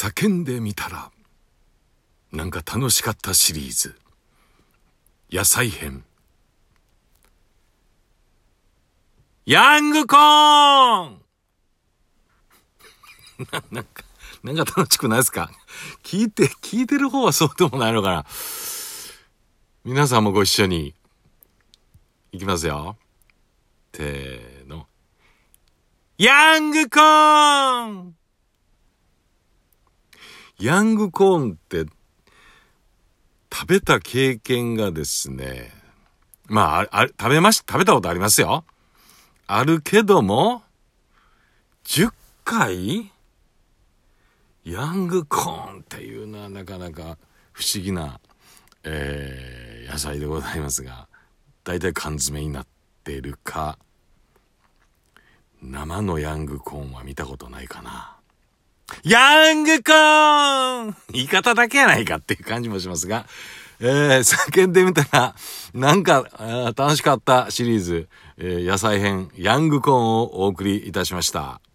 叫んでみたらなんか楽しかったシリーズ、野菜編。ヤングコーンなんか楽しくないですか？聞いてる方はそうでもないのかな。皆さんもご一緒にいきますよ。せーの。ヤングコーン。ヤングコーンって食べた経験がですね、まあ、食べたことありますよ。あるけども、10回ヤングコーンっていうのはなかなか不思議な、野菜でございますが、だいたい缶詰になっているか、生のヤングコーンは見たことないかな。ヤングコーン言い方だけやないかっていう感じもしますが、叫んでみたらなんか楽しかったシリーズ、野菜編ヤングコーンをお送りいたしました。